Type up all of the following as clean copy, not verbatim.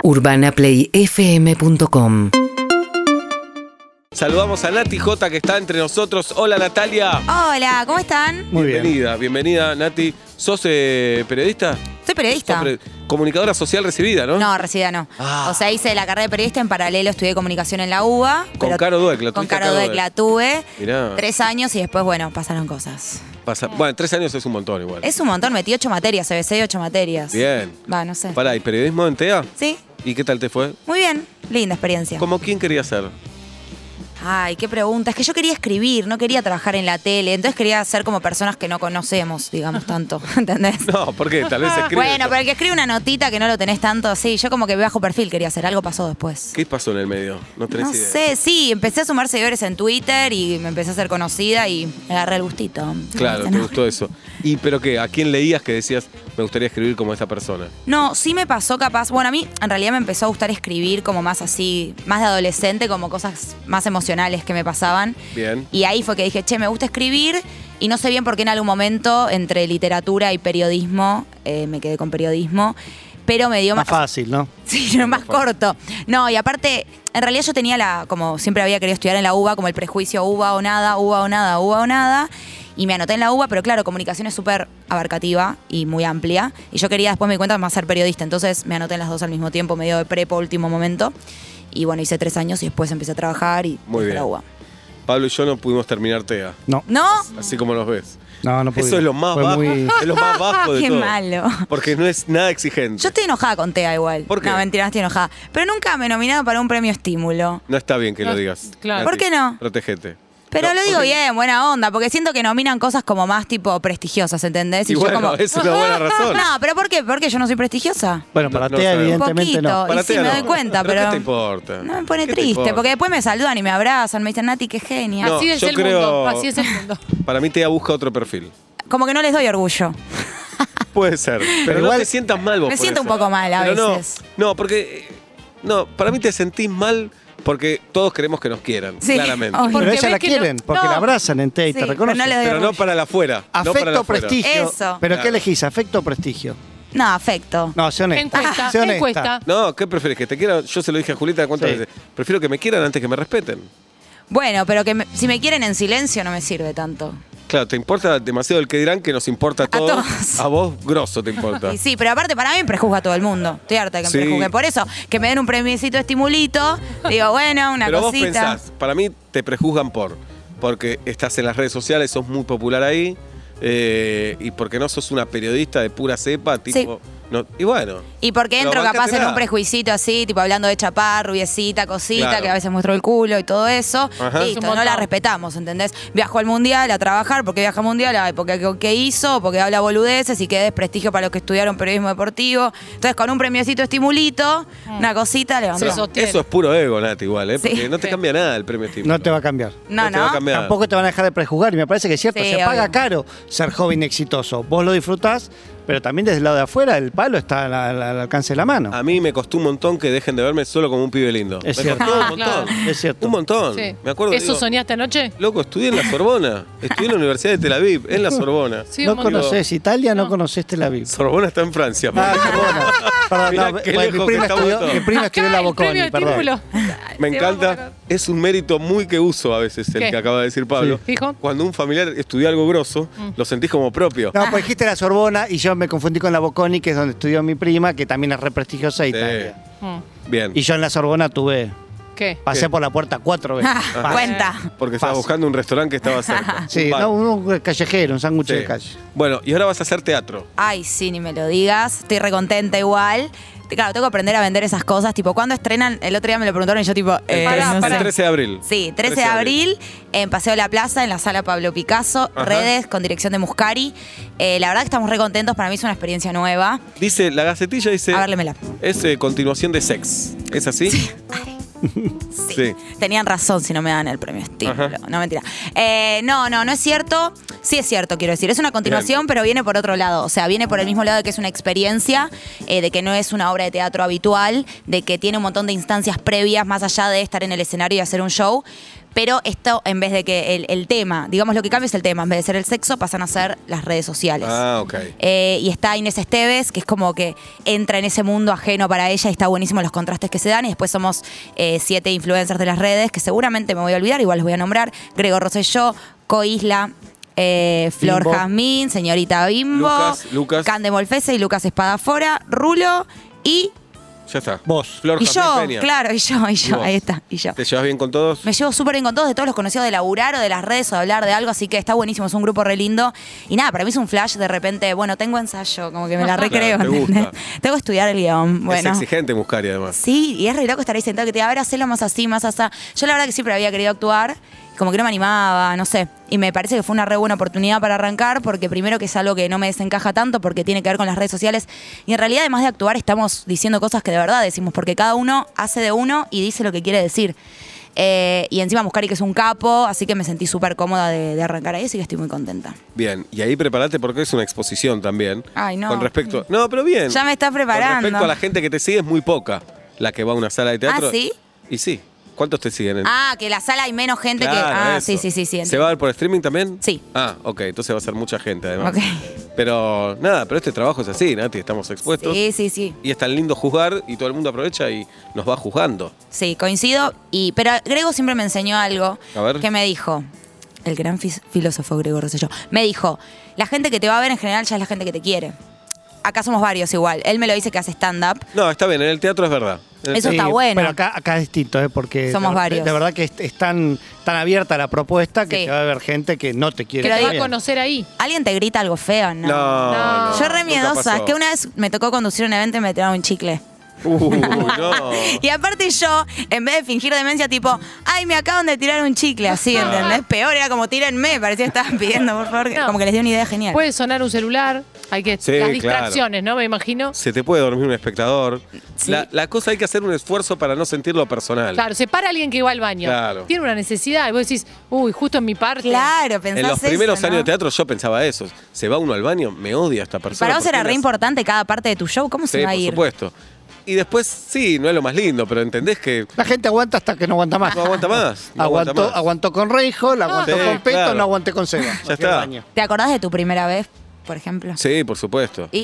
UrbanaPlayFM.com. Saludamos a Nati J, que está entre nosotros. Hola, Natalia. Hola, ¿cómo están? Muy bien. Bienvenida, Nati. ¿Sos periodista? Soy periodista. Comunicadora social recibida, ¿no? No, recibida no. O sea, hice la carrera de periodista, en paralelo estudié comunicación en la UBA. Con Caro Dweck, Con Caro Dweck la tuve. Mirá. 3 años y después, bueno, pasaron cosas. Bueno, 3 años es un montón igual. Es un montón, metí 8 materias, CBC 8 materias. Bien. Va, no sé. Pará, ¿y periodismo en TEA? Sí, ¿Y qué tal te fue? muy bien. Linda experiencia. ¿Cómo quién quería ser? Ay, qué pregunta. Es que yo quería escribir, no quería trabajar en la tele. Entonces quería ser como personas que no conocemos, digamos, tanto. ¿Entendés? No, ¿por qué? Tal vez escribe. Bueno, pero el que escribe una notita que no lo tenés tanto, sí. Yo como que bajo perfil quería hacer. Algo pasó después. ¿Qué pasó en el medio? No tenés No idea. sé, sí, empecé a sumar seguidores en Twitter y me empecé a ser conocida y me agarré el gustito. Claro, te gustó eso. ¿Y pero qué? ¿A quién leías que decías, me gustaría escribir como esta persona? No, sí me pasó capaz. Bueno, a mí en realidad me empezó a gustar escribir como más así, más de adolescente, como cosas más emocionales que me pasaban. Bien. Y ahí fue que dije, che, me gusta escribir y no sé bien por qué en algún momento entre literatura y periodismo, me quedé con periodismo, pero me dio Más fácil, ¿no? Sí, no, más corto. No, y aparte, en realidad yo tenía como siempre había querido estudiar en la UBA, como el prejuicio UBA o nada, UBA o nada, UBA o nada. Y me anoté en la UBA, pero claro, comunicación es súper abarcativa y muy amplia. Y yo quería, después me di cuenta, más ser periodista. Entonces me anoté en las dos al mismo tiempo, medio de prepo, último momento. Y bueno, hice 3 años y después empecé a trabajar y Muy dejé bien. la UBA. Pablo y yo no pudimos terminar TEA, No. ¿No? así como nos ves. No pude. Eso es lo más Fue bajo. muy- Es lo más bajo de Qué todo. malo. Porque no es nada exigente. Yo estoy enojada con TEA igual. ¿Por qué? No, mentira, no estoy enojada. Pero nunca me nominaron para un premio estímulo. No está bien que lo digas. Claro. Nati, ¿Por qué no? Protégete. Pero No, lo digo porque- bien, buena onda, porque siento que nominan cosas como más tipo prestigiosas, ¿entendés? Y yo bueno, como... es una buena razón. No, pero ¿por qué? Porque yo no soy prestigiosa. Bueno, No, para no TEA sabemos. evidentemente Poquito. no. Para Y sí, TEA me no. doy cuenta, pero... ¿Qué te importa? No me pone ¿Qué te triste, importa? porque después me saludan y me abrazan, me dicen, Nati, qué genia. No, Así es yo el creo- mundo, así es el mundo. Para mí TEA busca otro perfil. Como que no les doy orgullo. Puede ser. Pero igual- no te sientas mal vos Me por siento eso. un poco mal a Pero veces. No, porque... No, para mí te sentís mal porque todos queremos que nos quieran, Sí, claramente. obvio. Pero Porque ella la ves que no- quieren, porque no. la abrazan en TEA y Sí, te reconocen. pero no le doy Pero no para la afuera. no para la Afecto o afuera. prestigio. Eso. ¿Pero Claro. qué elegís? ¿Afecto o prestigio? No, afecto. No, sé honesta. Encuesta, Sé honesta. encuesta. No, ¿qué prefieres? ¿Que te quieran? Yo se lo dije a Julieta cuántas Sí. veces. Prefiero que me quieran antes que me respeten. Bueno, pero que si me quieren en silencio no me sirve tanto. Claro, te importa demasiado el que dirán que nos importa a todos. todos. A vos, grosso, te importa. Y sí, pero aparte para mí me prejuzga todo el mundo. Estoy harta de que Sí. me prejuzgue. Por eso, que me den un premiecito estimulito, digo, bueno, una Pero vos cosita. pensás, para mí te prejuzgan porque estás en las redes sociales, sos muy popular ahí, y porque no sos una periodista de pura cepa, tipo... No, y bueno. Y porque Pero entro capaz en bancátela. un prejuicito así, tipo hablando de chapar, rubiecita, cosita, Claro. que a veces muestro el culo y todo eso. Ajá. Listo, Es un no la montón. respetamos, ¿entendés? Viajó al mundial a trabajar, porque viaja al mundial, ay, porque qué hizo, porque habla boludeces y que desprestigio para los que estudiaron periodismo deportivo. Entonces, con un premiocito estimulito, una cosita, levantó. Se sostiene. Eso es puro ego, Nati, igual, ¿eh? Sí. Porque no te Sí. cambia nada el premio estímulo. No te va a cambiar. No, te va a no. cambiar. Tampoco te van a dejar de prejuzgar y me parece que es cierto. Sí, Se paga obvio. caro ser joven y exitoso. Vos lo disfrutás, pero también desde el lado de afuera el palo está al alcance de la mano. A mí me costó un montón que dejen de verme solo como un pibe lindo. Es me cierto. costó un Ah, montón. claro. Es cierto. Un montón. Sí. Me acuerdo. ¿Eso digo, soñaste anoche? Loco, estudié en la Sorbona. Estudié en la Universidad de Tel Aviv, en la Sorbona. Sí, No un montón. conoces Italia, no conoces Tel Aviv. Sorbona está en Francia. Ah, Sorbona. Perdón, Mirá no, qué bueno, lejos que estamos todos. mi prima estudió en la Acá el premio Bocconi, perdón. estímulo. Me Se encanta. va por acá. Es un mérito muy que uso a veces el ¿Qué? que acaba de decir Pablo. Sí. ¿Fijo? Cuando un familiar estudia algo grosso, lo sentís como propio. No, pues dijiste la Sorbona y yo me confundí con la Bocconi, que es donde estudió mi prima, que también es re prestigiosa Sí. Italia. Bien. Y yo en la Sorbona ¿Qué? pasé ¿Qué? por la puerta 4 veces. Ah, cuenta. Porque estaba Fácil. buscando un restaurante que estaba cerca. Sí, Un bar. no, un callejero, un sándwich Sí. de calle. Bueno, y ahora vas a hacer teatro. Ay, sí, ni me lo digas. Estoy recontenta igual. Claro, tengo que aprender a vender esas cosas. Tipo, ¿cuándo estrenan? El otro día me lo preguntaron y yo tipo... Pará, no pará. sé. El 13 de abril. Sí, 13 de abril, en Paseo de la Plaza, en la sala Pablo Picasso, Ajá. redes con dirección de Muscari. La verdad que estamos re contentos, para mí es una experiencia nueva. Dice, la Gacetilla dice... A ver, lémela. Es continuación de Sex. ¿Es así? Sí. Sí. Tenían razón si no me dan el premio estímulo. Ajá. No, mentira. No es cierto. Sí es cierto, quiero decir. Es una continuación, pero viene por otro lado. O sea, viene por el mismo lado de que es una experiencia, de que no es una obra de teatro habitual, de que tiene un montón de instancias previas más allá de estar en el escenario y hacer un show. Pero esto, en vez de que el tema, digamos lo que cambia es el tema, en vez de ser el sexo, pasan a ser las redes sociales. Ah, ok. Y está Inés Esteves, que es como que entra en ese mundo ajeno para ella y está buenísimo los contrastes que se dan. Y después somos 7 influencers de las redes, que seguramente me voy a olvidar, igual los voy a nombrar. Gregor Rosselló, Coisla, Flor Bimbo. Jazmín, Señorita Bimbo, Lucas. Cande Molfese y Lucas Espadafora, Rulo y Ya está. Vos. Flor Jazmín yo, Peña. claro, y yo, vos. ahí está, y yo. ¿Te llevas bien con todos? Me llevo súper bien con todos, de todos los conocidos de laburar o de las redes o de hablar de algo, así que está buenísimo, es un grupo re lindo. Y nada, para mí es un flash de repente, bueno, tengo ensayo, como que me la recreo, Claro, te ¿entendés? gusta. Tengo que estudiar el guión, bueno. Es exigente Muscari, además. Sí, y es re loco estar ahí sentado que te diga, a ver, hacelo más así, más asá. Yo la verdad que siempre había querido actuar, como que no me animaba, no sé. Y me parece que fue una re buena oportunidad para arrancar, porque primero que es algo que no me desencaja tanto, porque tiene que ver con las redes sociales. Y en realidad, además de actuar, estamos diciendo cosas que de verdad decimos, porque cada uno hace de uno y dice lo que quiere decir. Y encima Muscari, que es un capo, así que me sentí súper cómoda de arrancar ahí, así que estoy muy contenta. Bien, y ahí prepárate porque es una exposición también. Ay, no. Con respecto. No, pero bien. Ya me estás preparando. Con respecto a la gente que te sigue, es muy poca la que va a una sala de teatro. ¿Ah, sí? Y sí. ¿Cuántos te siguen? Ah, que la sala hay menos gente que... Claro, Ah, eso. sí. ¿Se va a ver por streaming también? Sí. Ah, ok, entonces va a ser mucha gente además. Ok. Pero nada, pero este trabajo es así, Nati, estamos expuestos. Sí. Y es tan lindo juzgar y todo el mundo aprovecha y nos va juzgando. Sí, coincido. Pero Grego siempre me enseñó algo A ver. que me dijo, el gran filósofo Grego Rosselló, me dijo, la gente que te va a ver en general ya es la gente que te quiere. Acá somos varios igual. Él me lo dice que hace stand-up. No, está bien, en el teatro es verdad. Eso está bueno. Pero acá es distinto, porque Somos de, varios. de verdad que es tan abierta la propuesta que Sí. te va a haber gente que no te quiere. Pero Te va a también. conocer ahí. ¿Alguien te grita algo feo? No. No. Yo re nunca miedosa. pasó. Es que una vez me tocó conducir un evento y me tiraron un chicle. No. Y aparte yo, en vez de fingir demencia, tipo, ay, me acaban de tirar un chicle, así, ¿entendés? Peor, era como, tírenme, parecía que estaban pidiendo, por favor. No. Como que les di una idea genial. Puede sonar un celular, hay que Sí, las claro. distracciones, ¿no? Me imagino. Se te puede dormir un espectador. Sí. La cosa hay que hacer un esfuerzo para no sentirlo personal. Claro, se para alguien que va al baño. Claro. Tiene una necesidad y vos decís, uy, justo en mi parte. Claro, pensás En los primeros eso, ¿no? años de teatro yo pensaba eso. Se va uno al baño, me odia esta persona. Para vos ¿por era qué re me hace? importante cada parte de tu show, ¿cómo se Sí, va a por ir? supuesto. Y después, sí, no es lo más lindo, pero entendés que La gente aguanta hasta que no aguanta más. no aguanta más. No aguanta más. Aguantó con Reijo, la aguantó sí, con Peto, claro. no aguanté con Seba. Ya está. ¿Te acordás de tu primera vez, por ejemplo? Sí, por supuesto. ¿Y?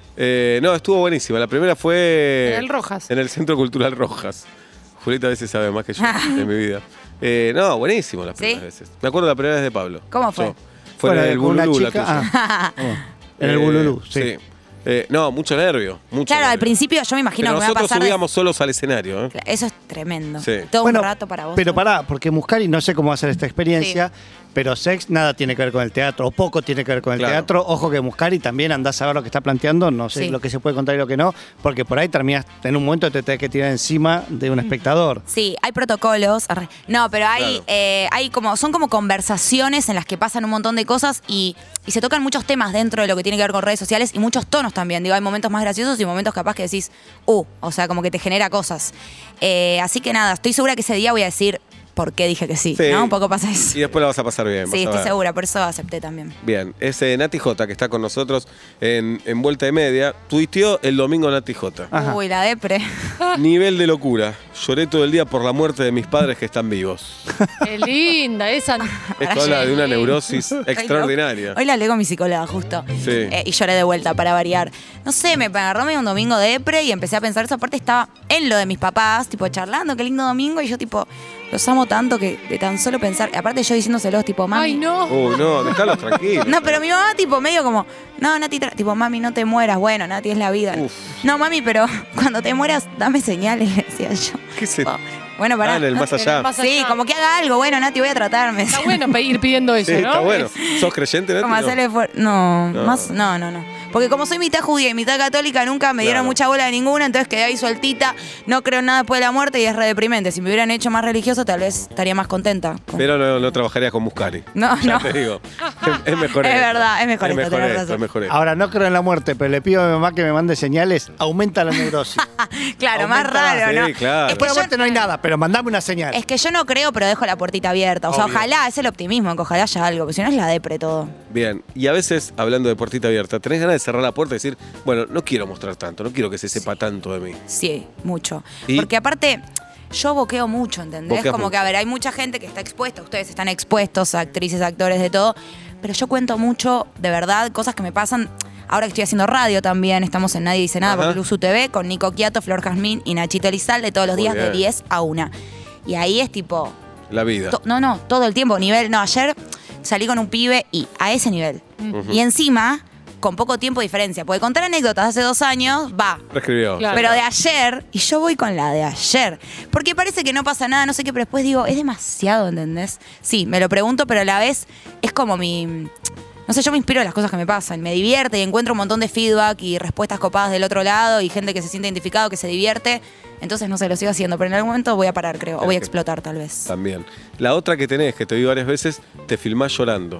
No, estuvo buenísima. La primera fue... En el Rojas. En el Centro Cultural Rojas. Julieta a veces sabe más que yo en mi vida. No, buenísimo las primeras veces. Me acuerdo la primera vez de Pablo. ¿Cómo fue? Fue en el con una Bululú la chica. tuya. En el Bululú, sí. No, mucho nervio. Mucho Claro, al nervio. principio yo me imagino Pero que me va a nosotros pasar... subíamos solos al escenario. ¿eh? Eso es tremendo. Sí. Todo Bueno, un rato para vos. Pero pará, porque Muscari no sé cómo va a ser esta experiencia, pero Sex nada tiene que ver con el teatro, o poco tiene que ver con el Claro. teatro. Ojo que Muscari también andás a ver lo que está planteando, no sé Sí. lo que se puede contar y lo que no, porque por ahí terminas, en un momento te tenés que tirar encima de un espectador. Sí, hay protocolos. No, pero hay, hay como, son como conversaciones en las que pasan un montón de cosas y se tocan muchos temas dentro de lo que tiene que ver con redes sociales y muchos tonos también. Digo, hay momentos más graciosos y momentos capaz que decís, o sea, como que te genera cosas. Así que nada, estoy segura que ese día voy a decir por qué dije que sí, Sí. ¿no? Un poco pasa eso. Y después la vas a pasar bien. Sí, vas a estoy ver. segura, por eso acepté también. Bien, es Nati J, que está con nosotros en Vuelta y Media. Tuiteó el domingo Nati J. Ajá. Uy, la depre. Nivel de locura. Lloré todo el día por la muerte de mis padres que están vivos. Qué linda esa. Esto habla de una neurosis extraordinaria. Hoy la leo con mi psicóloga, justo. Sí. Y lloré de vuelta para variar. No sé, me agarró medio un domingo de depre y empecé a pensar eso. Aparte estaba en lo de mis papás, tipo charlando, qué lindo domingo. Y yo, tipo, los amo tanto que de tan solo pensar. Aparte yo diciéndoselos, tipo, mami. Ay, no. Uy, no, déjalos tranquilos. No, pero mi mamá, tipo, medio como, no, Nati, tipo, mami, no te mueras. Bueno, Nati, es la vida. Uf. No, mami, pero cuando te mueras, dame señales, le decía yo. ¿Qué se- Bueno, pará. Ah, en el más allá. Más Sí, allá. como que haga algo. Bueno, Nati, voy a tratarme. Está bueno ir pidiendo eso, Sí, ¿no? está bueno. ¿Sos creyente, Nati? Como No. hacerle no, No. más, no. Porque como soy mitad judía y mitad católica, nunca me dieron Claro. mucha bola de ninguna, entonces quedé ahí sueltita, no creo en nada después de la muerte y es re deprimente. Si me hubieran hecho más religioso, tal vez estaría más contenta. Pero no trabajarías con Muscari. No, Ya no. te digo. Es mejor Es esto. verdad, es mejor esto, tenés razón. es mejor esto. Ahora no creo en la muerte, pero le pido a mi mamá que me mande señales, aumenta la neurosis. Claro, más Aumenta raro, más. ¿no? Sí, claro. Es que Después de la yo- muerte no hay nada, pero mandame una señal. Es que yo no creo, pero dejo la puertita abierta. O sea, Obvio. ojalá, es el optimismo, en que ojalá haya algo, porque si no es la depre todo. Bien, y a veces, hablando de puertita abierta, tenés ganas de cerrar la puerta y decir, bueno, no quiero mostrar tanto, no quiero que se sepa tanto de mí. Sí, mucho. ¿Y? Porque aparte, yo boqueo mucho, ¿entendés? Boqueas Como mucho. que, a ver, hay mucha gente que está expuesta, ustedes están expuestos, actrices, actores, de todo, pero yo cuento mucho, de verdad, cosas que me pasan. Ahora que estoy haciendo radio también, estamos en Nadie Dice Nada Ajá. por Luzu TV con Nico Quiato, Flor Jazmín y Nachito Elizalde todos los Muy días de bien. 10 a 1. Y ahí es tipo, La vida. no, todo el tiempo, nivel. No, ayer salí con un pibe y a ese nivel. Y encima, con poco tiempo de diferencia, porque contar anécdotas de hace 2 años, va. Prescribió. Claro. Pero de ayer, y yo voy con la de ayer. Porque parece que no pasa nada, no sé qué, pero después digo, es demasiado, ¿entendés? Sí, me lo pregunto, pero a la vez es como mi. No sé, yo me inspiro de las cosas que me pasan. Me divierte y encuentro un montón de feedback y respuestas copadas del otro lado y gente que se siente identificado, que se divierte. Entonces, no sé, lo sigo haciendo, pero en algún momento voy a parar, creo. O voy a explotar, tal vez. También. La otra que tenés, que te vi varias veces, te filmás llorando.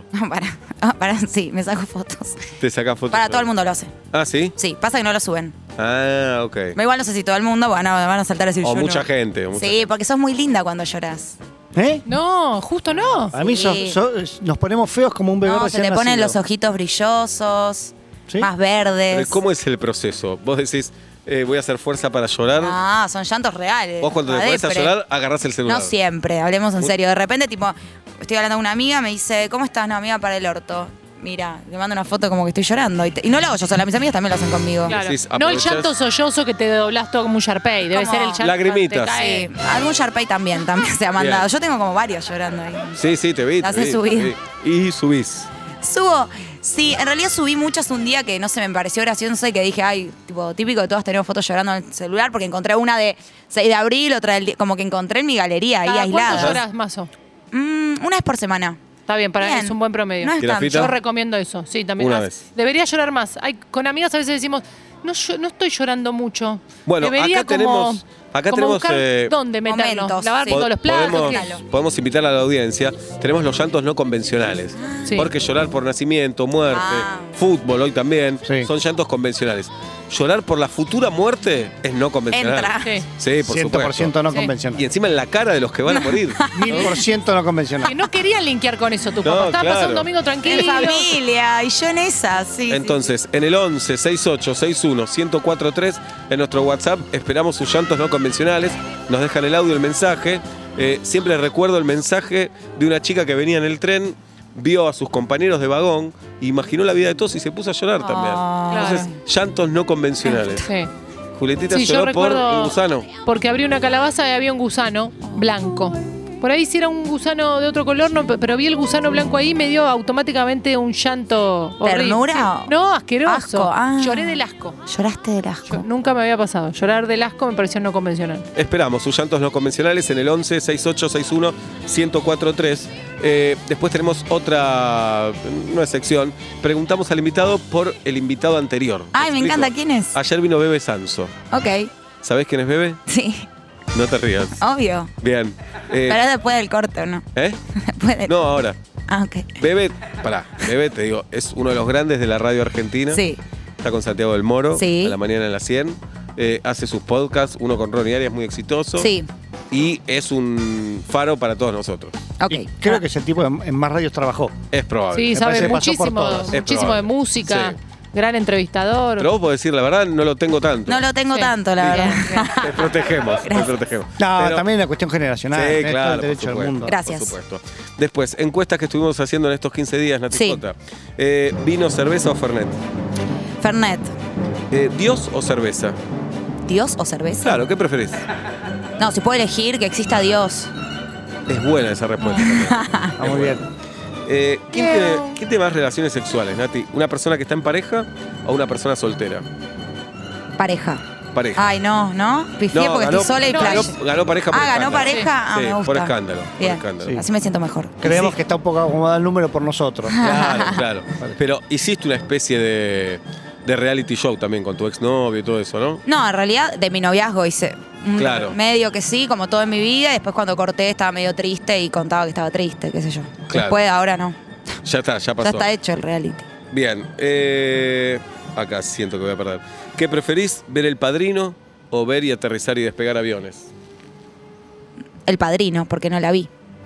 Sí, me saco fotos. Te sacás fotos. Para todo el mundo lo hace. Ah, ¿sí? Sí, pasa que no lo suben. Ah, ok. Igual no sé si todo el mundo van a saltar a decir O yo mucha no. gente. o mucha Sí, gente. porque sos muy linda cuando lloras. ¿Eh? No, justo no. A mí Sí. nos ponemos feos como un bebé No, se recién te ponen nacido. los ojitos brillosos, ¿Sí? más Pero verdes. ¿cómo es el proceso? Vos decís, voy a hacer fuerza para llorar. Ah, son llantos reales. Vos cuando te la pones a depre. llorar, agarrás el celular. No siempre, hablemos en serio. De repente, tipo, estoy hablando con una amiga, me dice, ¿cómo estás? No, amiga, para el orto. Mira, le mando una foto como que estoy llorando. Y no lo hago yo sola, mis amigas también lo hacen conmigo. Claro. Decís, No el aprovechás- llanto sollozo que te doblás todo como un Sharpay. Debe ¿Cómo? ser el llanto. Lagrimitas. cuando te cae. Sí, algún Sharpay también se ha mandado. Bien. Yo tengo como varios llorando ahí. Sí, te vi. Las te he vi, subido. te vi. Y subís. Subo, sí, en realidad subí muchas un día que no sé, me pareció gracioso y que dije, ay, tipo, típico de todas tenemos fotos llorando en el celular porque encontré una de 6 de abril, otra del como que encontré en mi galería ahí ¿Cada aislada. ¿Cuánto lloras, Mazo? Una vez por semana. Está bien, para Bien. es un buen promedio. No es tanto. ¿Grafita? Yo recomiendo eso, sí, también. Una vez. Debería llorar más. Con amigas a veces decimos, no estoy llorando mucho. Bueno, Debería acá tenemos- acá como tenemos, buscar dónde meternos. momentos, Lavar sí. todos los platos. Podemos invitar a la audiencia. Tenemos los llantos no convencionales. Sí. Porque llorar por nacimiento, muerte, Ah. fútbol hoy también, Sí. son llantos convencionales. Llorar por la futura muerte es no convencional. Entra. Sí. Sí, por 100% supuesto. no Sí. convencional. Y encima en la cara de los que van a morir. 1000% no convencional. Que no querían linkear con eso tu No, papá. Estaba claro. pasando un domingo En tranquilo. familia, y yo en esa, sí. Entonces, en el 11 68 61 1043 en nuestro WhatsApp esperamos sus llantos no convencionales. Nos dejan el audio, el mensaje. Siempre recuerdo el mensaje de una chica que venía en el tren, vio a sus compañeros de vagón, imaginó la vida de todos y se puso a llorar también. Ah. Entonces, llantos no convencionales. Sí. Julietita Sí, yo lloró por recuerdo- un gusano. Porque abrí una calabaza y había un gusano blanco. Por ahí si era un gusano de otro color, no, pero vi el gusano blanco ahí y me dio automáticamente un llanto horrible. ¿Ternura? Sí. No, asqueroso. Asco, ah. Lloré del asco. Lloraste del asco. Nunca me había pasado. Llorar del asco me pareció no convencional. Esperamos sus llantos no convencionales en el 11 68 61 1043. Después tenemos otra, no es sección, preguntamos al invitado por el invitado anterior. Ay, me explico? encanta, ¿quién es? Ayer vino Bebe Sanso. Ok, ¿Sabés quién es Bebe? sí, No te rías. obvio. Bien. Pero después del corte, ¿o no? ¿Eh? Después del- No, ahora. Ah, ok. Bebe, Bebe, te digo, es uno de los grandes de la radio argentina. Sí. Está con Santiago del Moro, Sí. a la mañana en la 100. Hace sus podcasts, uno con Ronnie Arias, muy exitoso. Sí, Y es un faro para todos nosotros. ok. Y creo que es el tipo que en más radios trabajó. Es probable. Sí, Me sabe parece que pasó por muchísimo, todas. Es muchísimo probable. de música. Sí. Gran entrevistador. Pero vos podés decir la verdad, no lo tengo tanto. No lo tengo Sí. tanto, la verdad. Te protegemos, te protegemos. No, Pero- también la cuestión generacional. Sí, tenés todo claro, el derecho por del supuesto, mundo. Gracias. Por supuesto. Después, encuestas que estuvimos haciendo en estos 15 días, Nati Sí. Jota. ¿Vino, cerveza o Fernet? Fernet, ¿Dios o cerveza? ¿Dios o cerveza? Claro, ¿qué preferís? No, si puedo elegir que exista Dios. Es buena esa respuesta. también. Está muy bien. ¿Quién tiene más relaciones sexuales, Nati? ¿Una persona que está en pareja o una persona soltera? Pareja. Pareja. Ay, no. Pifié porque estoy sola y ganó, flash. ganó pareja por Ah, ganó escándalo. pareja. Ah, Sí, me gusta. por escándalo. Bien. Por escándalo. Sí. Así me siento mejor. Creemos sí. que está un poco acomodado el número por nosotros. Claro, claro. Pero hiciste una especie de reality show también con tu exnovio y todo eso, ¿no? No, en realidad de mi noviazgo hice un Claro. medio que sí, como todo en mi vida, y después cuando corté estaba medio triste y contaba que estaba triste, qué sé yo. Claro. Después, ahora no. Ya está, ya pasó. Ya está hecho el reality. Bien. Acá siento que voy a perder. ¿Qué preferís, ver El Padrino o ver y aterrizar y despegar aviones? El Padrino, porque no la vi.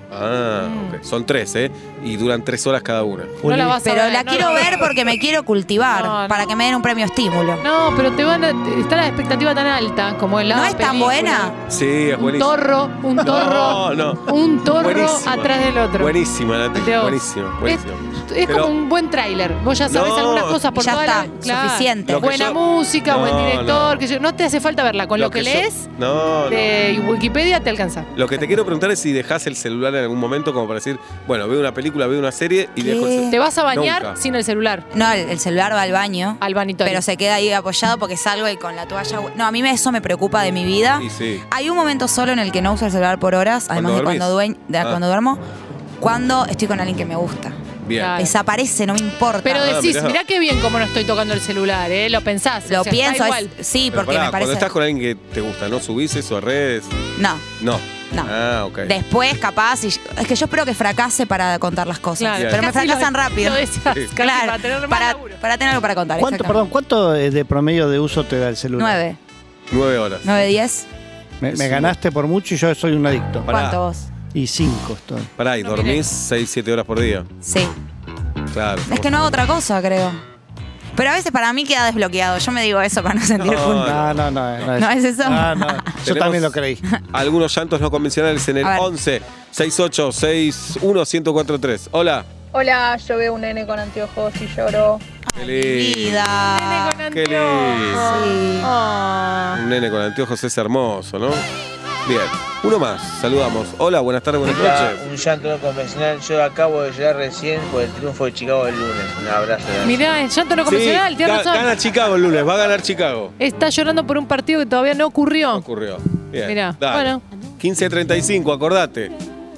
Ok. Son 3, ¿eh? Y duran 3 horas cada una. No la vas a Pero ver, la no quiero la- ver porque me quiero cultivar, No, para no. que me den un premio estímulo. No, pero está la expectativa tan alta como en la ¿No es tan película. buena? Sí, es Un buenísimo. torro, No. un torro Buenísima. atrás del otro. Buenísima, Nati. Dios. Buenísima. Es Pero- como un buen tráiler. Vos ya sabés No, algunas cosas por ya toda está, la... Claro. suficiente. Lo que Buena yo- música, buen No, director. no. Que no te hace falta verla. Con lo que yo- lees No. de Wikipedia te alcanza. Lo que te quiero preguntar es si dejás el celular en algún momento como para decir, bueno, veo una película, veo una serie y ¿Qué? dejo el celular. Te vas a bañar Nunca. sin el celular. No, el celular va al baño. Al vanitorio. Pero se queda ahí apoyado porque salgo y con la toalla. No, a mí eso me preocupa de mi vida. Y sí. Hay un momento solo en el que no uso el celular por horas, además de dormís? cuando duermo, cuando estoy con alguien que me gusta. Bien. Claro. Desaparece, no me importa. Pero decís, mirá. mirá qué bien como no estoy tocando el celular, ¿eh? Lo pensás. Lo o sea, pienso, está igual. sí, Pero porque pará, me parece. Cuando estás con alguien que te gusta, ¿no subís eso a redes? No, No. no. Ah, ok. Después, capaz, es que yo espero que fracase para contar las cosas. Claro. Bien. Pero me Casi fracasan lo- rápido. Lo decías, Sí. casi Claro, para tener más para laburo. tener algo para contar. ¿Cuánto, exactamente. ¿Cuánto de promedio de uso te da el celular? 9, 9 horas. 9, 10. Me ganaste por mucho y yo soy un adicto. Pará. ¿Cuánto vos? Y 5 estoy. Pará, y No, dormís 6, 7 horas por día. Sí. Claro. Es que no hago otra cosa, creo. Pero a veces para mí queda desbloqueado. Yo me digo eso para no sentir No, culpa. No, ¿No es eso? No. Yo Tenemos- también lo creí. Algunos llantos no convencionales en el A ver. 11 68 61 1043. Hola. Hola, yo veo un nene con anteojos y lloro. Qué Mi lindo. vida. Nene con Qué lindo. anteojos. Sí. Ah. Un nene con anteojos es hermoso, ¿no? Bien. Uno más. Saludamos. Hola, buenas tardes, buenas noches. Un llanto no convencional. Yo acabo de llegar recién por el triunfo de Chicago el lunes. Un abrazo. Mirá, el llanto no convencional, Sí, tienes razón. gana Chicago el lunes. Va a ganar Chicago. Está llorando por un partido que todavía no ocurrió. Ocurrió. Bien. Mirá, Dale. bueno. 15:35, acordate.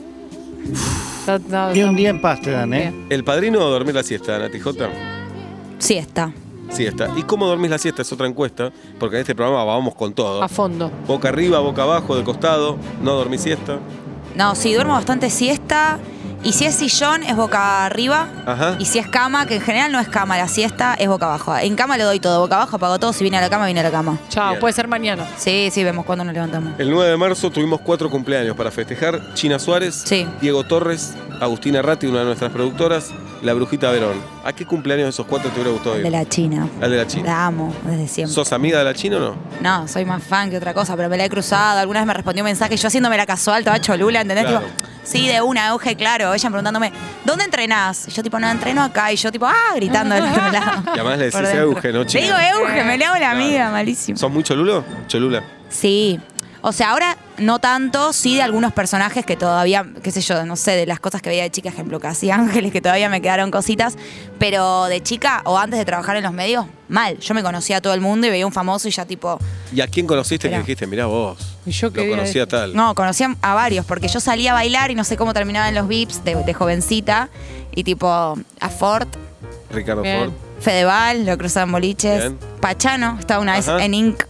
Ni un día en paz te dan, ¿eh? ¿El padrino o dormir la siesta, Nati J? Siesta. Siesta. ¿Y cómo dormís la siesta? Es otra encuesta, porque en este programa vamos con todo. A fondo. Boca arriba, boca abajo, de costado. ¿No dormís siesta? No, sí, duermo bastante siesta. Y si es sillón, es boca arriba. Ajá. Y si es cama, que en general no es cama, la siesta es boca abajo. En cama le doy todo. Boca abajo apago todo. Si viene a la cama, viene a la cama. Chao, Bien. puede ser mañana. Sí, vemos cuándo nos levantamos. El 9 de marzo tuvimos 4 cumpleaños para festejar. China Suárez, Sí. Diego Torres, Agustina Ratti, una de nuestras productoras, la Brujita Verón. ¿A qué cumpleaños de esos 4 te hubiera gustado ir? De la China. Al de la China. La amo desde siempre. ¿Sos amiga de la China o no? No, soy más fan que otra cosa, pero me la he cruzado. Alguna vez me respondió un mensaje, yo haciéndome la casual, toda cholula, ¿entendés? Claro. Tipo, sí, de una, Euge, claro. Ella preguntándome, ¿dónde entrenás? Y yo tipo, no, entreno acá. Y yo tipo, gritando del otro lado. Y además le decís Por dentro. Euge, ¿no, China? Le digo Euge, me le hago la Claro. amiga, malísimo. ¿Sos muy cholulo? Cholula. Sí. O sea, ahora no tanto, sí de algunos personajes que todavía, qué sé yo, no sé, de las cosas que veía de chica, ejemplo, Casi Ángeles, que todavía me quedaron cositas, pero de chica o antes de trabajar en los medios, mal. Yo me conocía a todo el mundo y veía un famoso y ya tipo, ¿Y a quién conociste Mirá. que dijiste, mirá vos? Y yo Lo quería conocía tal. no, conocía a varios, porque yo salía a bailar y no sé cómo terminaban los VIPs de jovencita, y tipo, a Ford, Ricardo Bien. Ford. Fedeval, lo cruzaban boliches, Bien. Pachano, estaba una vez Ajá. en Inc.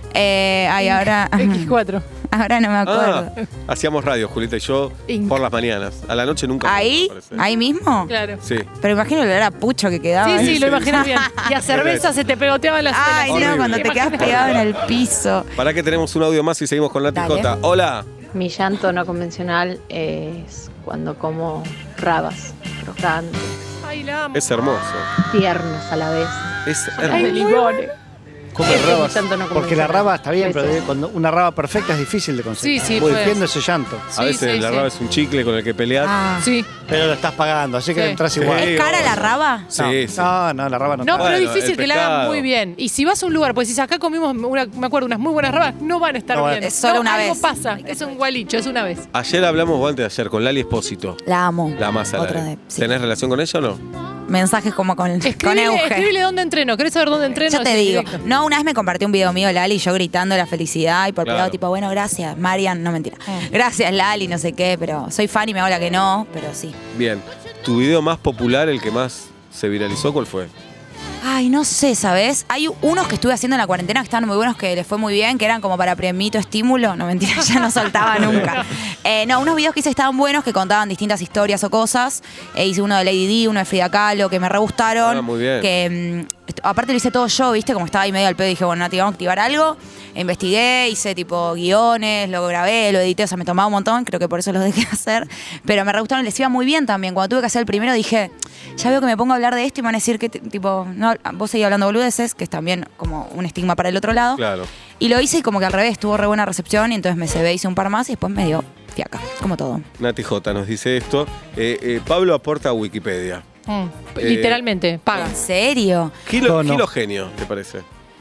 Ahora, X4. ahora no me acuerdo. Ah, hacíamos radio, Julieta y yo, Inc. por las mañanas. A la noche nunca. ¿Ahí? me parece. ¿Ahí mismo? Claro. Sí. Pero imagino el olor a pucho que quedaba. Sí, sí, sí, lo sí. imaginé bien. Y a cerveza se te pegoteaban las Ay, Horrible. no, cuando te quedas pegado en el piso. Para que tenemos un audio más y seguimos con Nati Dale. J. Hola. Mi llanto no convencional es cuando como rabas crocantes, Ay, la amo. Es hermoso. tiernos a la vez. Es Ay, hermoso. limones. Come Ese es mi rabas. llanto no Porque la convencional. raba está bien, pero Besos. cuando una raba perfecta es difícil de conseguir. Sí, sí, Muy pues. defiendo ese llanto. A Sí, veces sí, la sí. raba es un chicle con el que peleas. Ah. Sí. Pero lo estás pagando, así que Sí. entras Sí. igual. ¿Es cara la raba? Sí, no, sí. no, la raba no. No, está. pero es Bueno, difícil el que la hagan pescado. muy bien. Y si vas a un lugar, pues si acá comimos, me acuerdo, unas muy buenas rabas, no van a estar No, bien. es solo No, una algo vez. pasa. Es un gualicho, es una vez. Ayer hablamos, o antes de ayer, con Lali Espósito. La amo. La más a la Otra vez. de. Sí. ¿Tenés relación con ella o no? Mensajes como con Euge. Escribile dónde entreno. ¿Querés saber dónde entreno? Yo te Sí, digo. directo. No, una vez me compartió un video mío, Lali, yo gritando la felicidad y por Claro. privado, tipo, bueno, gracias, Marian, no mentira. Gracias, Lali, no sé qué, pero soy fan y me hago la que no, pero sí. Bien. ¿Tu video más popular, el que más se viralizó, cuál fue? Ay, no sé, ¿sabes? Hay unos que estuve haciendo en la cuarentena que estaban muy buenos, que les fue muy bien, que eran como para premito estímulo. No, mentira, ya no soltaba nunca. No, unos videos que hice estaban buenos, que contaban distintas historias o cosas. Hice uno de Lady Di, uno de Frida Kahlo, que me re gustaron. Ah, muy bien. Que aparte lo hice todo yo, ¿viste? Como estaba ahí medio al pedo, dije, bueno, Nati, vamos a activar algo. Investigué, hice tipo guiones, lo grabé, lo edité, o sea, me tomaba un montón, creo que por eso los dejé hacer. Pero me re gustaron, les iba muy bien también. Cuando tuve que hacer el primero dije, ya veo que me pongo a hablar de esto y me van a decir que, tipo, no, vos seguís hablando boludeces, que es también como un estigma para el otro lado. Claro. Y lo hice y como que al revés, tuvo re buena recepción y entonces me cebé, hice un par más y después me dio fiaca, como todo. Nati J nos dice esto. Pablo aporta a Wikipedia. Literalmente, paga. ¿En serio? Gilo No. genio, ¿te parece?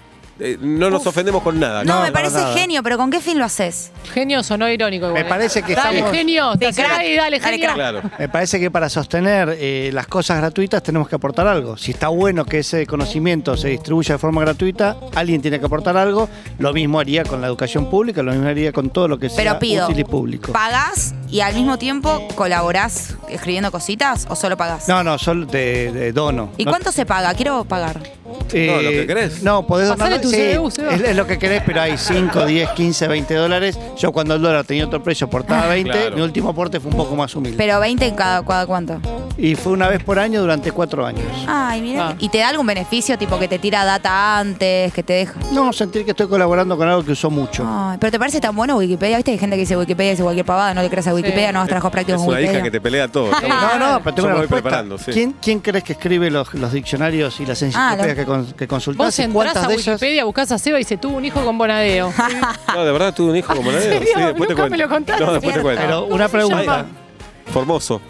No nos ofendemos con nada. No, No, me no, parece nada. genio, pero ¿con qué fin lo haces? Genio sonó irónico igual. Me parece que Dale, estamos- genio. De crack. Dale, Dale, genio. crack. Claro. Me parece que para sostener las cosas gratuitas tenemos que aportar algo. Si está bueno que ese conocimiento se distribuya de forma gratuita, alguien tiene que aportar algo. Lo mismo haría con la educación pública, lo mismo haría con todo lo que sea Pero pido, útil y público. ¿pagás y al mismo tiempo colaborás escribiendo cositas o solo pagás? No, solo de dono. ¿Y No, cuánto se paga? Quiero pagar. No, lo que querés. No, podés Pasale donar. tu CBU, Seba. es lo que querés, pero hay 5, 10, 15, 20 dólares. Yo cuando el dólar tenía otro precio aportaba 20. Claro. Mi último aporte fue un poco más humilde. Pero 20 en cada cuánto. Y fue una vez por año durante 4 años. Ay, mira. Ah. ¿Y te da algún beneficio, tipo que te tira data antes, que te deja? No, sentir que estoy colaborando con algo que usó mucho. Ay, pero ¿te parece tan bueno Wikipedia? ¿Viste? Hay gente que dice Wikipedia, dice cualquier pavada, no le crees a Wikipedia, no hagas trabajos Es prácticos con una hija Wikipedia. que te pelea todo. Sí. No, pero tengo Yo me una voy respuesta. preparando, sí. ¿Quién crees que escribe los diccionarios y las enciclopedias que consultás? Vos ¿Y entrás cuántas a de ellas? Wikipedia, buscás a Seba y dice, tuvo un hijo con Bonadeo. No, de verdad tuve un hijo como Nadeo. ¿En serio? Nunca me lo contaste. No, después te cuento. Pero ¿Cómo una se llama? pregunta. Formoso.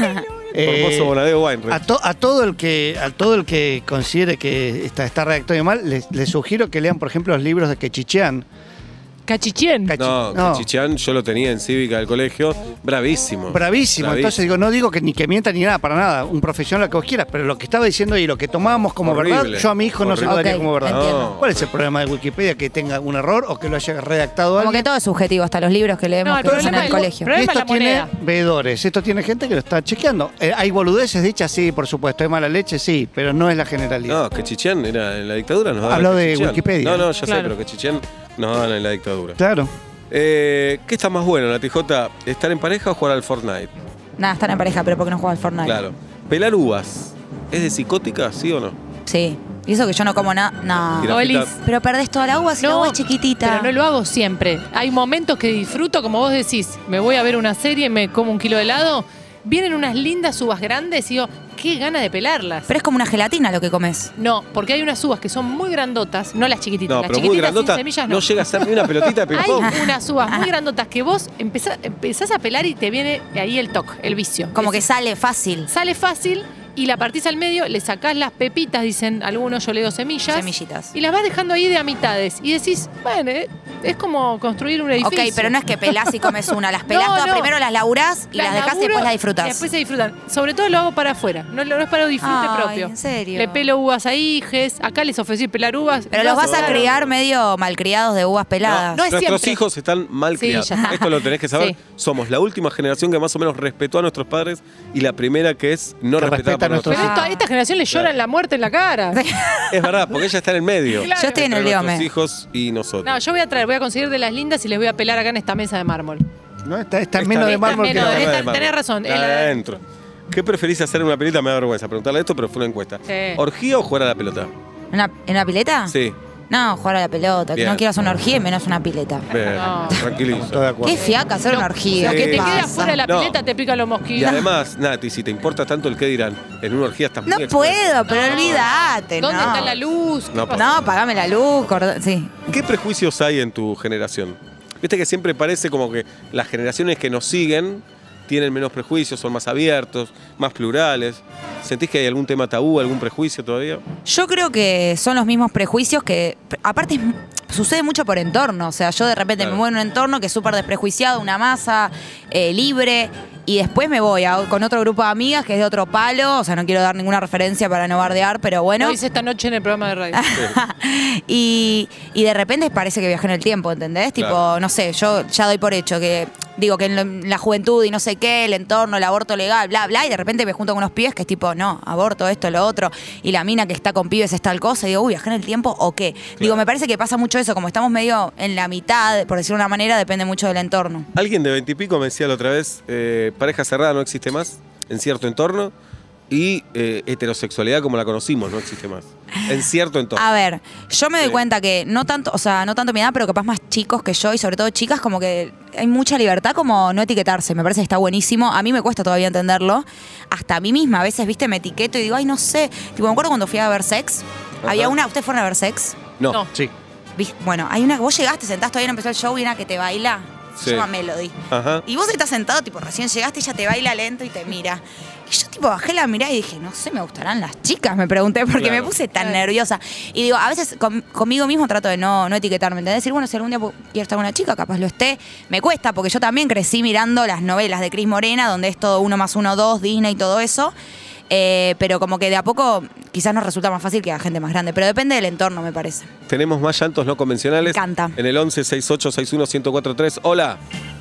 Eh, Formoso Bonadeo Weinreich. a todo el que considere que está redactado mal, les sugiero que lean, por ejemplo, los libros de Quechichean. Cachichén. No, Cachichán yo lo tenía en cívica del colegio. Bravísimo. Bravísimo. Entonces digo, no digo que ni que mienta ni nada, para nada. Un profesional, lo que vos quieras, pero lo que estaba diciendo y lo que tomábamos como Horrible. verdad, yo a mi hijo no se lo daría Ok, como verdad. entiendo. ¿Cuál es el problema de Wikipedia? Que tenga un error o que lo haya redactado Como alguien. que todo es subjetivo, hasta los libros que leemos No, el que usan en problema el es- colegio. pero- Y Problema esto la tiene moneda. veedores, esto tiene gente que lo está chequeando. ¿Hay boludeces dichas? Sí, por supuesto. ¿Hay mala leche? Sí, pero no es la generalidad. No, que Chichén era en la dictadura. Nos daban Hablo de Chichén. Wikipedia. No, ya sé, Claro. pero que Chichén nos daban en la dictadura. Claro. ¿Qué está más bueno, Nati J? ¿Estar en pareja o jugar al Fortnite? Nada, están en pareja, pero porque no juega al Fortnite. Claro. ¿Pelar uvas? ¿Es de psicótica, sí o no? Sí. Y eso que yo no como nada. No. Jirafita. Olis. Pero perdés toda la uva si la uva es chiquitita. Pero no lo hago siempre. Hay momentos que disfruto, como vos decís, me voy a ver una serie y me como un kilo de helado. Vienen unas lindas uvas grandes y digo, qué gana de pelarlas. Pero es como una gelatina lo que comes. No, porque hay unas uvas que son muy grandotas, no las chiquititas. No, las pero muy chiquititas grandota. sin semillas No no. llega a ser ni una pelotita de Hay ping-pong. unas uvas muy grandotas que vos empezás a pelar y te viene ahí el toque, el vicio. Como que Es- sale fácil. sale fácil y la partís al medio, le sacás las pepitas, dicen algunos, yo le digo semillas. Semillitas. Y las vas dejando ahí de a mitades. Y decís, bueno, es como construir un edificio. Ok, pero no es que pelás y comes una. Las pelás No, todas no. primero, las laburás y las dejás y laburo después las disfrutás. y después se disfrutan. Sobre todo lo hago para afuera. No es para disfrute Ay, propio. ¿en serio? Le pelo uvas a hijes. Acá les ofrecí pelar uvas. Pero los vas a No. criar medio malcriados de uvas peladas. No es Nuestros siempre. hijos están mal Sí, criados. ya está. Esto lo tenés que saber. Sí. Somos la última generación que más o menos respetó a nuestros padres y la primera que es no Que respetada respeta por a nuestros nuestros Pero a esta generación le lloran la muerte en la cara. Es verdad, porque ella está en el medio. Claro. Yo estoy en el Entre nuestros biome. hijos y nosotros. No, yo voy a conseguir de las lindas y les voy a pelar acá en esta mesa de mármol. ¿No? Está menos de Está mármol que menos la de- otra. esta- tenés razón, Está el- adentro. ¿Qué preferís hacer en una pelita? Me da vergüenza preguntarle esto, pero fue una encuesta. Sí. ¿Orgía o jugar a la pelota? ¿En una pileta? Sí. No, jugar a la pelota. Que Bien. no quiero hacer una orgía y menos una pileta. Bien, No. tranquilizo. Estoy de acuerdo. Qué fiaca hacer una orgía. Sí. Que ¿Qué te pasa? quedas fuera de la No. pileta, te pican los Y mosquitos. además, Nati, si te importa tanto el qué dirán, en una orgía estás muy No expuesta. puedo, pero olvídate. ¿Dónde no. está la luz? ¿Qué No, pasa? No, pagame la luz. Sí. ¿Qué prejuicios hay en tu generación? Viste que siempre parece como que las generaciones que nos siguen tienen menos prejuicios, son más abiertos, más plurales. ¿Sentís que hay algún tema tabú, algún prejuicio todavía? Yo creo que son los mismos prejuicios que, aparte, sucede mucho por entorno. O sea, yo de repente Claro. me muevo en un entorno que es súper desprejuiciado, una masa libre, y después me voy con otro grupo de amigas que es de otro palo. O sea, no quiero dar ninguna referencia para no bardear, pero bueno. Lo hice esta noche en el programa de radio. y de repente parece que viajé en el tiempo, ¿entendés? Tipo, Claro. no sé, yo ya doy por hecho que digo que en la juventud y no sé qué, el entorno, el aborto legal, bla, bla, y de repente me junto con unos pibes que es tipo, no, aborto, esto, lo otro, y la mina que está con pibes es tal cosa, y digo, uy, ¿viajé en el tiempo o qué? Digo, me parece que pasa mucho eso, como estamos medio en la mitad, por decirlo de una manera, depende mucho del entorno. Alguien de 20 y pico me decía la otra vez, pareja cerrada no existe más en cierto entorno y heterosexualidad como la conocimos no existe más en cierto entorno. A ver, yo me doy Sí. cuenta que no tanto mi edad, pero capaz más chicos que yo y sobre todo chicas, como que hay mucha libertad como no etiquetarse, me parece que está buenísimo. A mí me cuesta todavía entenderlo, hasta a mí misma a veces, viste, me etiqueto y digo, ay, no sé. Tipo, me acuerdo cuando fui a ver Sex, había una, ¿ustedes fueron a ver Sex? No. No. Sí. Bueno, hay una que vos llegaste, sentás, todavía no empezó el show y una que te baila, Sí. se llama Melody. Ajá. Y vos estás sentado, tipo, recién llegaste y ella te baila lento y te mira. Y yo, tipo, bajé la mirada y dije, no sé, me gustarán las chicas, me pregunté, porque Claro. me puse tan nerviosa. Y digo, a veces conmigo mismo trato de no etiquetarme, ¿entendés? Decir, bueno, si algún día quiero estar con una chica, capaz lo esté. Me cuesta, porque yo también crecí mirando las novelas de Cris Morena, donde es todo 1 + 1, 2, Disney y todo eso. Pero como que de a poco quizás nos resulta más fácil que a gente más grande. Pero depende del entorno, me parece. Tenemos más llantos no convencionales. Me encanta. En el 11 68 61 1043. Hola.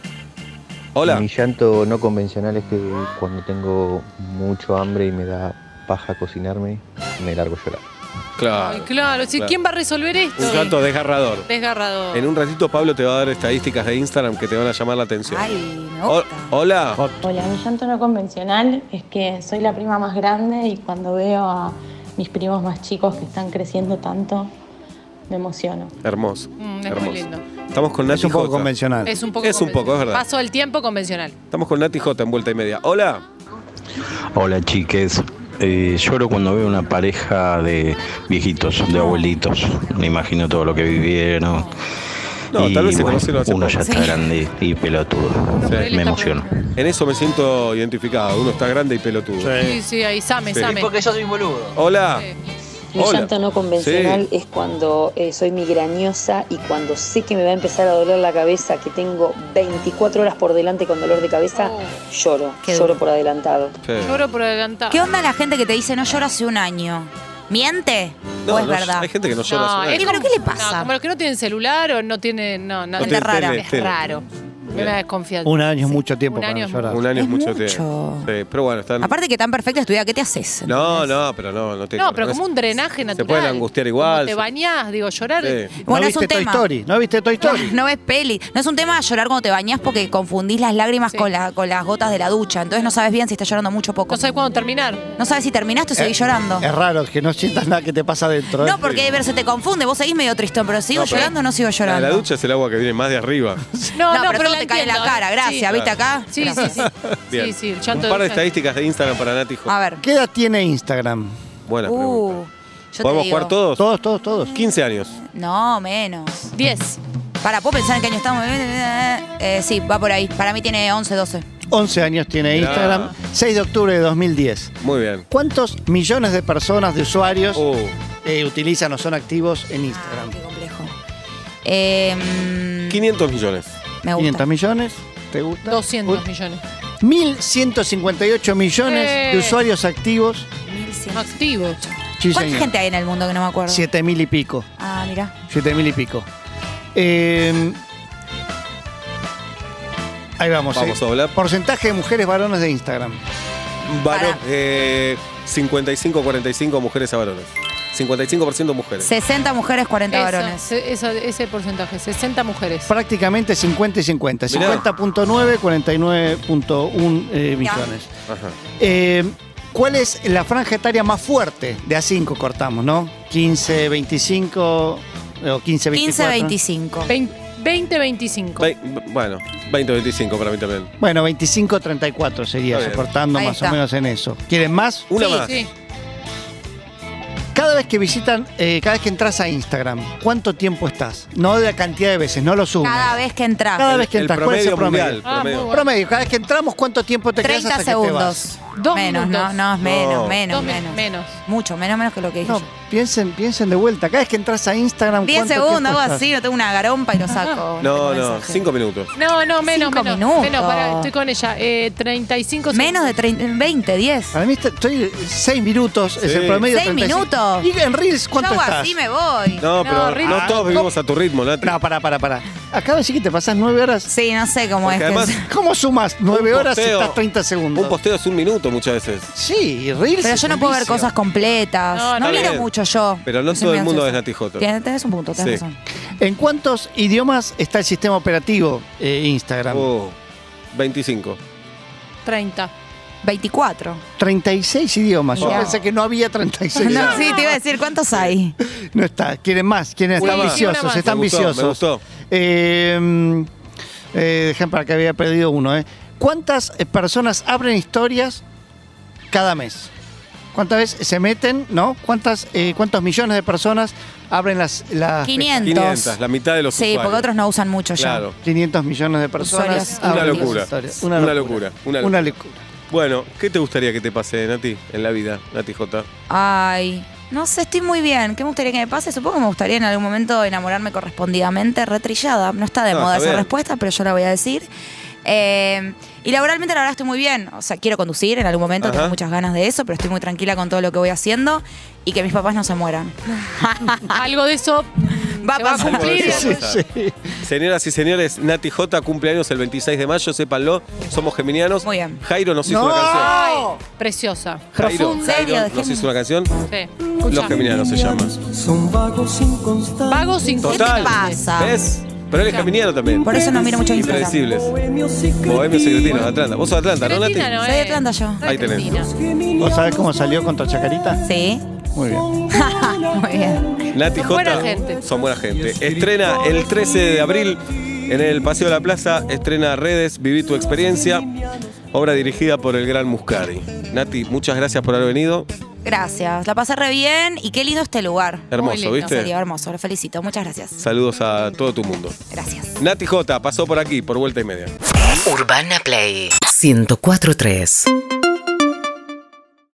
Hola. Mi llanto no convencional es que cuando tengo mucho hambre y me da paja cocinarme, me largo a llorar. Claro. Ay, claro. Sí, Claro. ¿quién va a resolver esto? Un llanto desgarrador. Desgarrador. En un ratito Pablo te va a dar estadísticas de Instagram que te van a llamar la atención. Ay, me O- gusta. Hola. Hola, mi llanto no convencional es que soy la prima más grande y cuando veo a mis primos más chicos que están creciendo tanto, me emociono. Hermoso. Es hermoso. muy lindo. Estamos con Nati Es un poco J. convencional. Es un poco Es un poco, convencional. es verdad. Paso el tiempo convencional. Estamos con Nati J en vuelta y media. Hola. Hola chiques, lloro cuando veo una pareja de viejitos, de abuelitos. Me imagino todo lo que vivieron. No, y tal vez se bueno, conocieron hace uno poco. ya está Sí. grande y pelotudo. Sí. Él Me está emociono. En eso me siento identificado. Uno está grande y pelotudo. Sí, sí, ahí, Same, Sí. Same. Porque yo soy un boludo. Hola. Sí. Mi Hola. llanto no convencional Sí. es cuando soy migrañosa y cuando sé que me va a empezar a doler la cabeza, que tengo 24 horas por delante con dolor de cabeza, Oh. lloro, Qué lloro duro. por adelantado. Sí. Lloro por adelantado. ¿Qué onda la gente que te dice no lloro hace un año? ¿Miente? No, ¿O es no, verdad? Hay gente que no llora. No, hace un es año. ¿Pero qué le pasa? No, como los que no tienen celular o no tienen. No, no, Gente rara. Es raro. Me da desconfianza. Un año es mucho tiempo Un para año no es llorar. Un año es Es mucho mucho. tiempo. Sí, pero bueno, están. Aparte que tan perfecta es tu vida, ¿qué te haces? No, ¿entendés? no, pero no te. No, pero como un drenaje natural. pueden angustiar igual, Como te se- bañás, digo, llorar. Sí. Bueno, ¿No es un viste Toy tema. Story? ¿No viste Toy Story? No ves peli. No es un tema llorar cuando te bañás porque confundís las lágrimas Sí. con las gotas de la ducha. Entonces no sabes bien si estás llorando mucho o poco. No sabes cuándo terminar. No sabes si terminaste o seguís llorando. Es raro que no sientas nada que te pasa adentro. No, porque pero se te confunde. Vos seguís medio tristón, pero ¿sigo No, pero- llorando o no sigo llorando? La ducha es el agua que viene más de arriba. No, pero todo la te cae en la entiendo, cara. Gracias, Sí. ¿viste acá? Sí, sí, sí. Bien. Sí, sí, el Un llanto par de de estadísticas de Instagram para Nati J. A ver. ¿Qué edad tiene Instagram? Buena pregunta. Yo te ¿Podemos digo. jugar todos? Todos. 15 años. No, menos. 10. Para, ¿puedo pensar en qué año estamos? Sí, va por ahí. Para mí tiene 11, 12. 11 años tiene Mirá. Instagram. 6 de octubre de 2010. Muy bien. ¿Cuántos millones de personas, de usuarios, Oh, utilizan o son activos en Instagram? Ah, qué complejo. 500 millones. Me gusta. 500 millones. ¿Te gusta? 200 Uy, millones. 1.158 millones de usuarios activos. 1100. Activos. Sí, ¿Cuánta señor. gente hay en el mundo que no me acuerdo? 7.000 y pico. Ah, mira. 7.000 y pico. Ahí vamos. Vamos a hablar. Porcentaje de mujeres varones de Instagram. Varón, 55-45 mujeres a varones. 55% mujeres. 60 mujeres, 40 Eso, varones. ese porcentaje, 60 mujeres. Prácticamente 50 y 50. Mirá. 50.9, 49.1 millones. Ajá. ¿Cuál es la franja etaria más fuerte? De A5 cortamos, ¿no? 15, 25 o 15, 24. 15-25. 20-25. Bueno, 20-25 para mí también. Bueno, 25, 34 sería, Está bien. cortando Ahí más está. o menos en eso. ¿Quieren más? Una Sí, más. Sí. Cada vez que visitan, cada vez que entras a Instagram, ¿cuánto tiempo estás? No de la cantidad de veces, no lo sumas. Cada vez que entras. Cada vez que El entras, ¿cuál es el promedio promedio? mundial. Ah, muy bueno. Promedio, cada vez que entramos, ¿cuánto tiempo te quedas 30 hasta que te vas? segundos. 2 menos, minutos. no, es menos, No. menos, Dos menos. Mucho, menos que lo que dije No, yo. piensen de vuelta. Cada vez que entras a Instagram, 10 ¿cuánto segundos, tiempo algo estás? así, no tengo una garompa y lo saco. No, Tengo no, mensaje. 5 minutos. No, menos, 5 menos. minutos. Menos, pará, estoy con ella. 35 Menos de 30, 20, 10. Para mí estoy 6 minutos, es Sí. el promedio. 6 35. minutos. ¿Y en Reels Yo cuánto hago estás? así me voy. No, pero ritmo. no todos vivimos a tu ritmo, Nati. No, pará. Acaba de decir que te pasás 9 horas. Sí, no sé cómo Porque es además- que... ¿Cómo sumas 9 horas y posteo- estás 30 segundos? Un posteo es 1 minuto muchas veces. Sí, Reels. Pero es yo no un puedo ver vicio. cosas completas. No, No, está miro bien. mucho yo. Pero no Soy todo el muy mundo es ansiosa. Nati Jota. Tenés un punto, tenés Sí. razón. ¿En cuántos idiomas está el sistema operativo Instagram? Oh, 25. 30. 24. 36 idiomas. Yo Mirá. pensé que no había 36. No, sí, te iba a decir, ¿cuántos hay? No está. ¿Quieren más? ¿Quieren Una estar más. viciosos? Una más. Están Me gustó, viciosos. me gustó. Dejen para que había perdido uno. ¿Cuántas personas abren historias cada mes? ¿Cuántas veces se meten? ¿No? ¿Cuántos millones de personas abren las 500. 500, la mitad de los Sí, usuarios. porque otros no usan mucho ya. Claro. 500 millones de personas. Usuarios Una abren locura. historias. Una locura. Una Una locura. locura. Bueno, ¿qué te gustaría que te pase, Nati, en la vida, Nati J? Ay, no sé, estoy muy bien. ¿Qué me gustaría que me pase? Supongo que me gustaría en algún momento enamorarme correspondidamente, retrillada. No está de No, moda está esa bien. respuesta, pero yo la voy a decir. Y laboralmente la verdad estoy muy bien. O sea, quiero conducir en algún momento, Ajá. tengo muchas ganas de eso, pero estoy muy tranquila con todo lo que voy haciendo y que mis papás no se mueran. Algo de eso Va a se va a pasar. cumplir. Sí, sí. Señoras y señores, Nati J cumpleaños el 26 de mayo, sépanlo, somos geminianos. Muy bien. Jairo nos hizo ¡No! una canción. Ay, preciosa. Jairo, Profunda. ¿En serio? Jairo nos hizo una canción. Sí. Los geminianos se llama. Vagos sin Total. pasa? ¿Ves? Pero él es geminiano también. Por eso no miro mucho Instagram. Impredecibles. Bohemios secretinos de Atlanta. ¿Vos sos de Atlanta, no, Nati? Secretina no Soy de es. Atlanta yo. No es Ahí tenés. Cristina. ¿Vos sabés cómo salió contra Chacarita? Sí. Muy bien. Muy bien. Nati Son J. buena gente. Son buena gente. Estrena el 13 de abril en el Paseo de la Plaza. Estrena Redes, Viví tu experiencia. Obra dirigida por el gran Muscari. Nati, muchas gracias por haber venido. Gracias. La pasé re bien y qué lindo este lugar. Hermoso, lindo. En serio, ¿viste? hermoso. Lo felicito. Muchas gracias. Saludos a todo tu mundo. Gracias. Nati J pasó por aquí, por vuelta y media. Urbana Play 104.3